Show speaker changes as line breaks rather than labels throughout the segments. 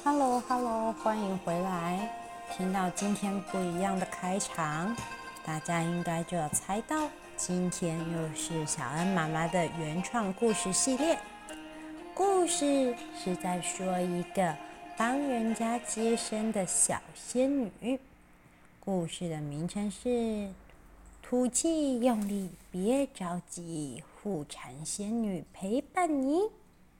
Hello，欢迎回来。听到今天不一样的开场，大家应该就要猜到，今天又是小恩妈妈的原创故事系列。故事是在说一个帮人家接生的小仙女。故事的名称是吐气用力，别着急，妇产仙女陪伴你。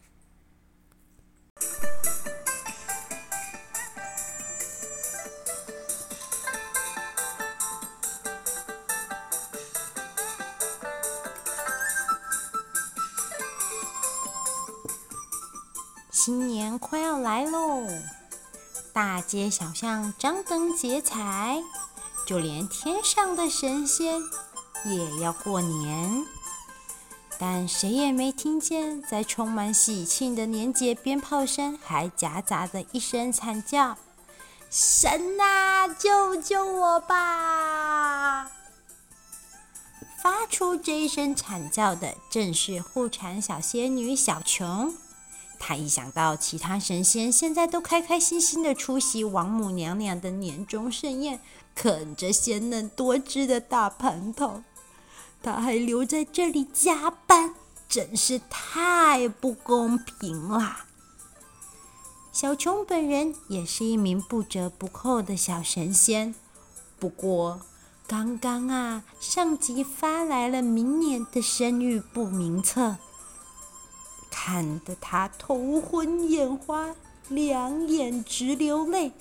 新年快要来喽，大街小巷张灯结彩，就连天上的神仙也要过年。但谁也没听见，在充满喜庆的年节鞭炮声，还夹杂着一声惨叫：“神啊，救救我吧！”发出这一声惨叫的，正是护产小仙女小琼。她一想到其他神仙现在都开开心心的出席王母娘娘的年终盛宴，啃着鲜嫩多汁的大蟠桃，她还留在这里加班，真是太不公平啦！小琼本人也是一名不折不扣的小神仙，不过刚刚上级发来了明年的生育不名册，看得他头昏眼花，两眼直流泪。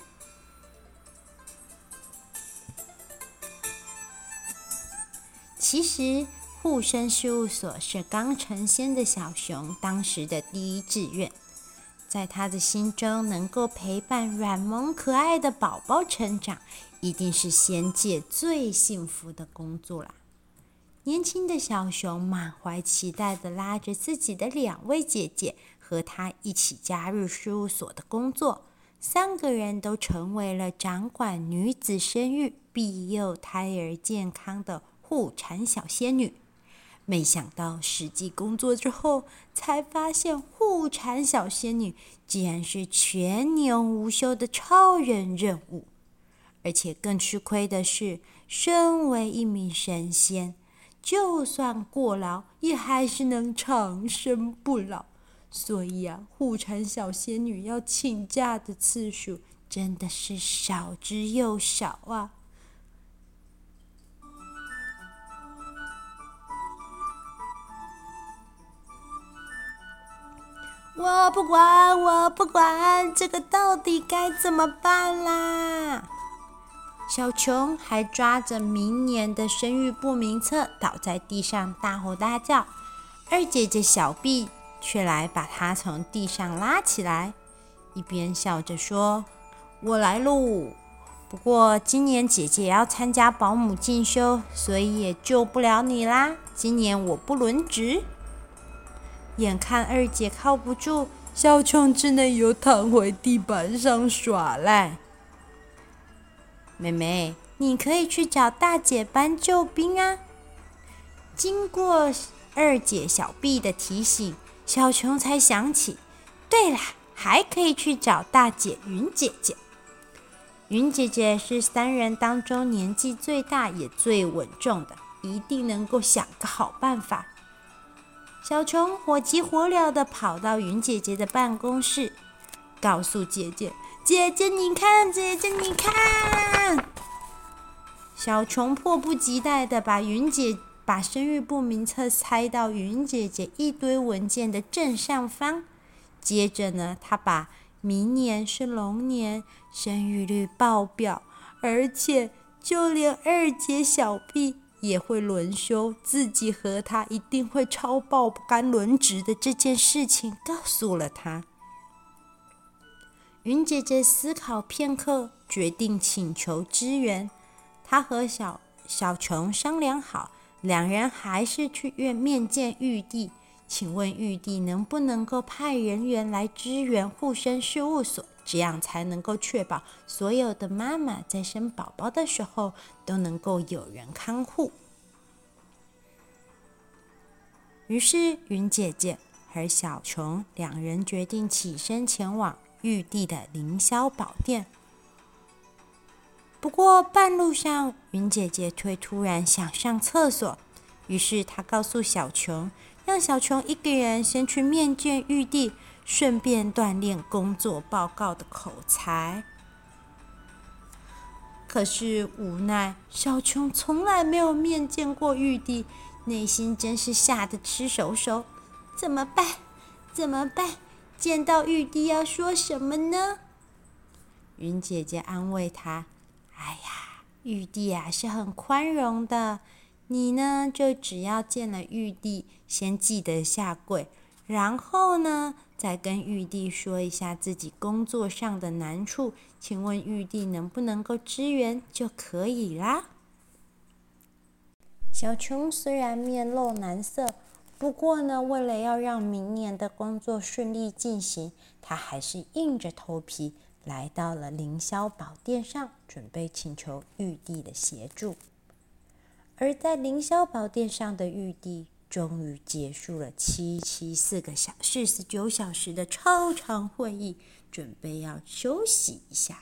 其实护生事务所是刚成仙的小熊当时的第一志愿，在他的心中，能够陪伴软萌可爱的宝宝成长，一定是仙界最幸福的工作啦。年轻的小熊满怀期待地拉着自己的2位姐姐和他一起加入事务所的工作，3个人都成为了掌管女子生育、庇佑胎儿健康的护产小仙女。没想到实际工作之后，才发现护产小仙女竟然是全年无休的超人任务。而且更吃亏的是，身为一名神仙，就算过劳，也还是能长生不老。所以护产小仙女要请假的次数真的是少之又少啊！我不管，这个到底该怎么办啦？小琼还抓着明年的生育不名册倒在地上大吼大叫，二姐姐小碧却来把她从地上拉起来，一边笑着说：“我来喽，不过今年姐姐要参加保姆进修，所以也救不了你啦，今年我不轮值。”眼看二姐靠不住，小琼只能又躺回地板上耍赖。妹妹，你可以去找大姐搬救兵啊！经过二姐小碧的提醒，小琼才想起，对啦，还可以去找大姐云姐姐。云姐姐是3人当中年纪最大也最稳重的，一定能够想个好办法。小琼火急火燎地跑到云姐姐的办公室，告诉姐姐：“姐姐你看，姐姐你看！”小琼迫不及待地把生育不名册塞到云姐姐一堆文件的正上方。接着呢，她把明年是龙年，生育率爆表，而且就连二姐小碧也会轮休，自己和她一定会超爆肝轮值的这件事情告诉了她。云姐姐思考片刻，决定请求支援。她和小琼商量好，2人还是去面见玉帝，请问玉帝能不能够派人员来支援护生事务所，这样才能够确保所有的妈妈在生宝宝的时候都能够有人看护。于是云姐姐和小琼2人决定起身前往玉帝的凌霄宝殿。不过半路上，云姐姐突然想上厕所，于是她告诉小琼，让小琼一个人先去面见玉帝，顺便锻炼工作报告的口才。可是无奈，小琼从来没有面见过玉帝，内心真是吓得吃手手。怎么办？怎么办？见到玉帝要说什么呢？云姐姐安慰她：“哎呀，玉帝啊是很宽容的，你呢就只要见了玉帝，先记得下跪，然后呢再跟玉帝说一下自己工作上的难处，请问玉帝能不能够支援就可以啦。”小琼虽然面露难色，不过呢，为了要让明年的工作顺利进行，她还是硬着头皮来到了凌霄宝殿上，准备请求玉帝的协助。而在凌霄宝殿上的玉帝终于结束了49小时的超长会议，准备要休息一下。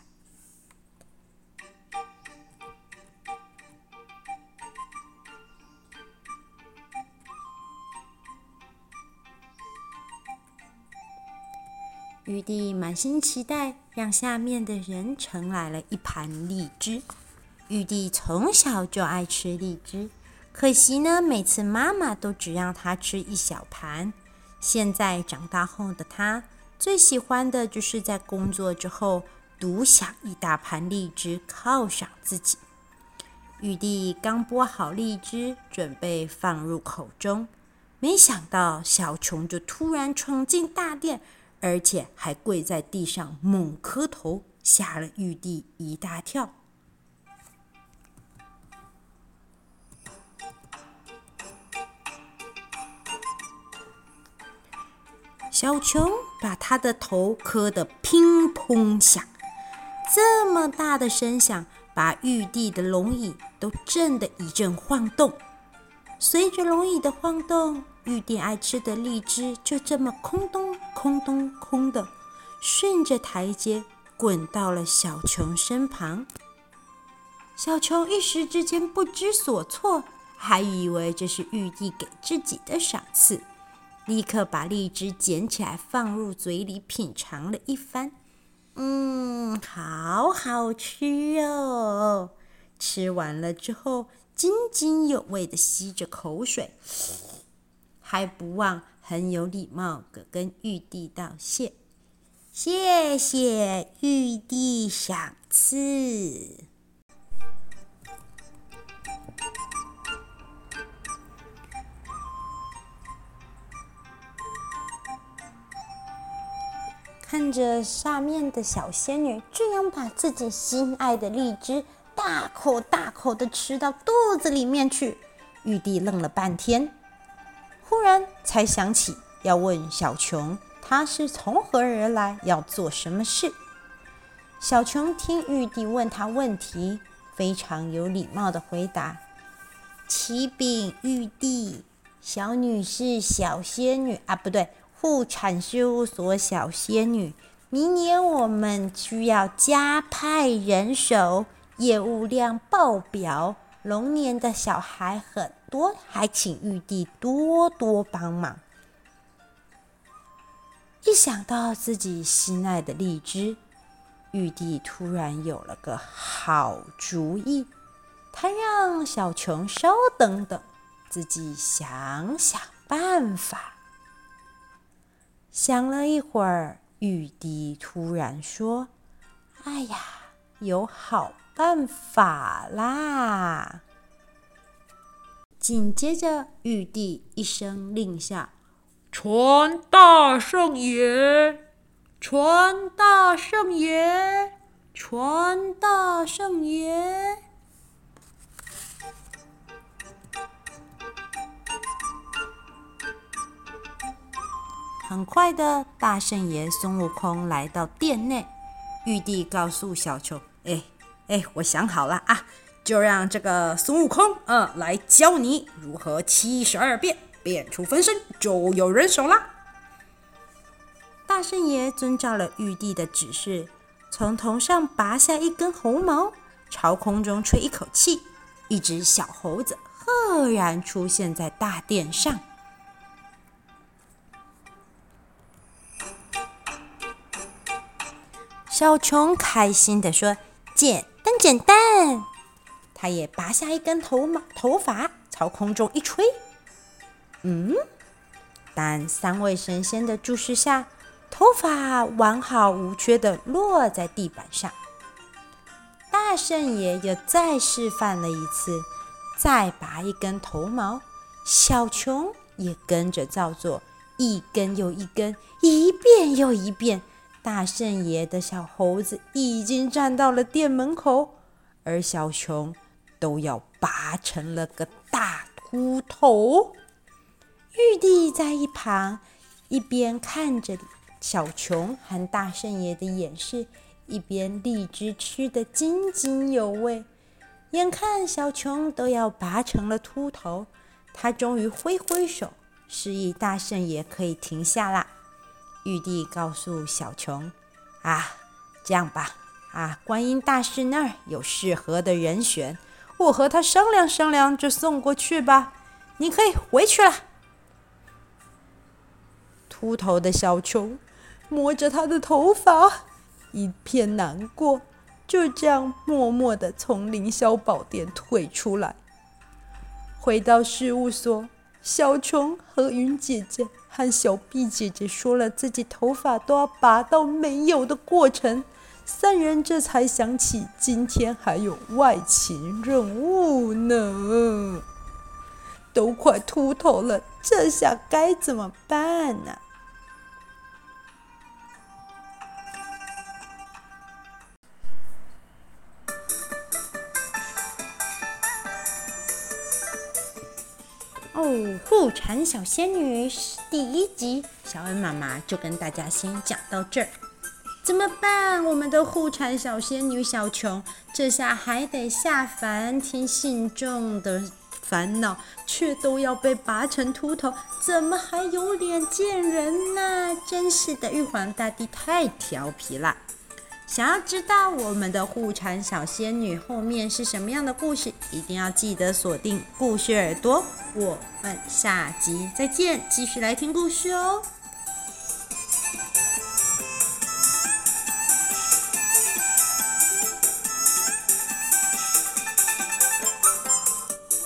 玉帝满心期待，让下面的人盛来了一盘荔枝。玉帝从小就爱吃荔枝，可惜呢，每次妈妈都只让他吃一小盘。现在长大后的他，最喜欢的就是在工作之后独享一大盘荔枝犒赏自己。玉帝刚剥好荔枝，准备放入口中，没想到小琼就突然闯进大殿，而且还跪在地上猛磕头，吓了玉帝一大跳。小琼把他的头磕得乒乓响，这么大的声响，把玉帝的龙椅都震得一阵晃动。随着龙椅的晃动，玉帝爱吃的荔枝就这么空咚空咚空的，顺着台阶滚到了小琼身旁。小琼一时之间不知所措，还以为这是玉帝给自己的赏赐，立刻把荔枝捡起来放入嘴里品尝了一番。好好吃哦！吃完了之后，津津有味地吸着口水，还不忘很有礼貌地跟玉帝道谢：“谢谢玉帝赏赐。”看着下面的小仙女这样把自己心爱的荔枝大口大口地吃到肚子里面去，玉帝愣了半天，忽然才想起要问小琼她是从何而来，要做什么事。小琼听玉帝问她问题，非常有礼貌地回答：“启禀玉帝，小女是小仙女啊，不对，妇产事务所小仙女，明年我们需要加派人手，业务量爆表，龙年的小孩很多，还请玉帝多多帮忙。”一想到自己心爱的荔枝，玉帝突然有了个好主意，他让小琼稍等等，自己想想办法。想了一会儿，玉帝突然说：“哎呀，有好办法啦！”紧接着，玉帝一声令下：“传大圣爷，传大圣爷，传大圣爷！”很快的，大圣爷孙悟空来到殿内，玉帝告诉小琼：“我想好了啊，就让这个孙悟空来教你如何72变变出分身，就有人手啦。” 大圣爷遵照了玉帝的指示，从头上拔下一根猴毛，朝空中吹一口气，一只小猴子赫然出现在大殿上。小琼开心地说：“简单简单。”他也拔下一根头发，朝空中一吹。但三位神仙的注视下，头发完好无缺地落在地板上。大圣爷又再示范了一次，再拔一根头毛，小琼也跟着照做，一根又一根，一遍又一遍。大圣爷的小猴子已经站到了店门口，而小琼都要拔成了个大秃头。玉帝在一旁一边看着小琼和大圣爷的演示，一边荔枝吃得津津有味。眼看小琼都要拔成了秃头，他终于挥挥手，示意大圣爷可以停下啦。玉帝告诉小琼：“这样吧，观音大士那儿有适合的人选，我和他商量商量就送过去吧，你可以回去了。”秃头的小琼摸着他的头发，一片难过，就这样默默地从凌霄宝殿退出来。回到事务所，小琼和云姐姐和小碧姐姐说了自己头发都要拔到没有的过程，三人这才想起今天还有外勤任务呢。都快秃头了，这下该怎么办呢？护蝉小仙女第1集，小恩妈妈就跟大家先讲到这儿。怎么办？我们的护蝉小仙女小琼，这下还得下凡听信众的烦恼，却都要被拔成秃头，怎么还有脸见人呢？真是的，玉皇大帝太调皮了。想要知道我们的护蝉小仙女后面是什么样的故事，一定要记得锁定故事耳朵。我们下集再见，继续来听故事哦。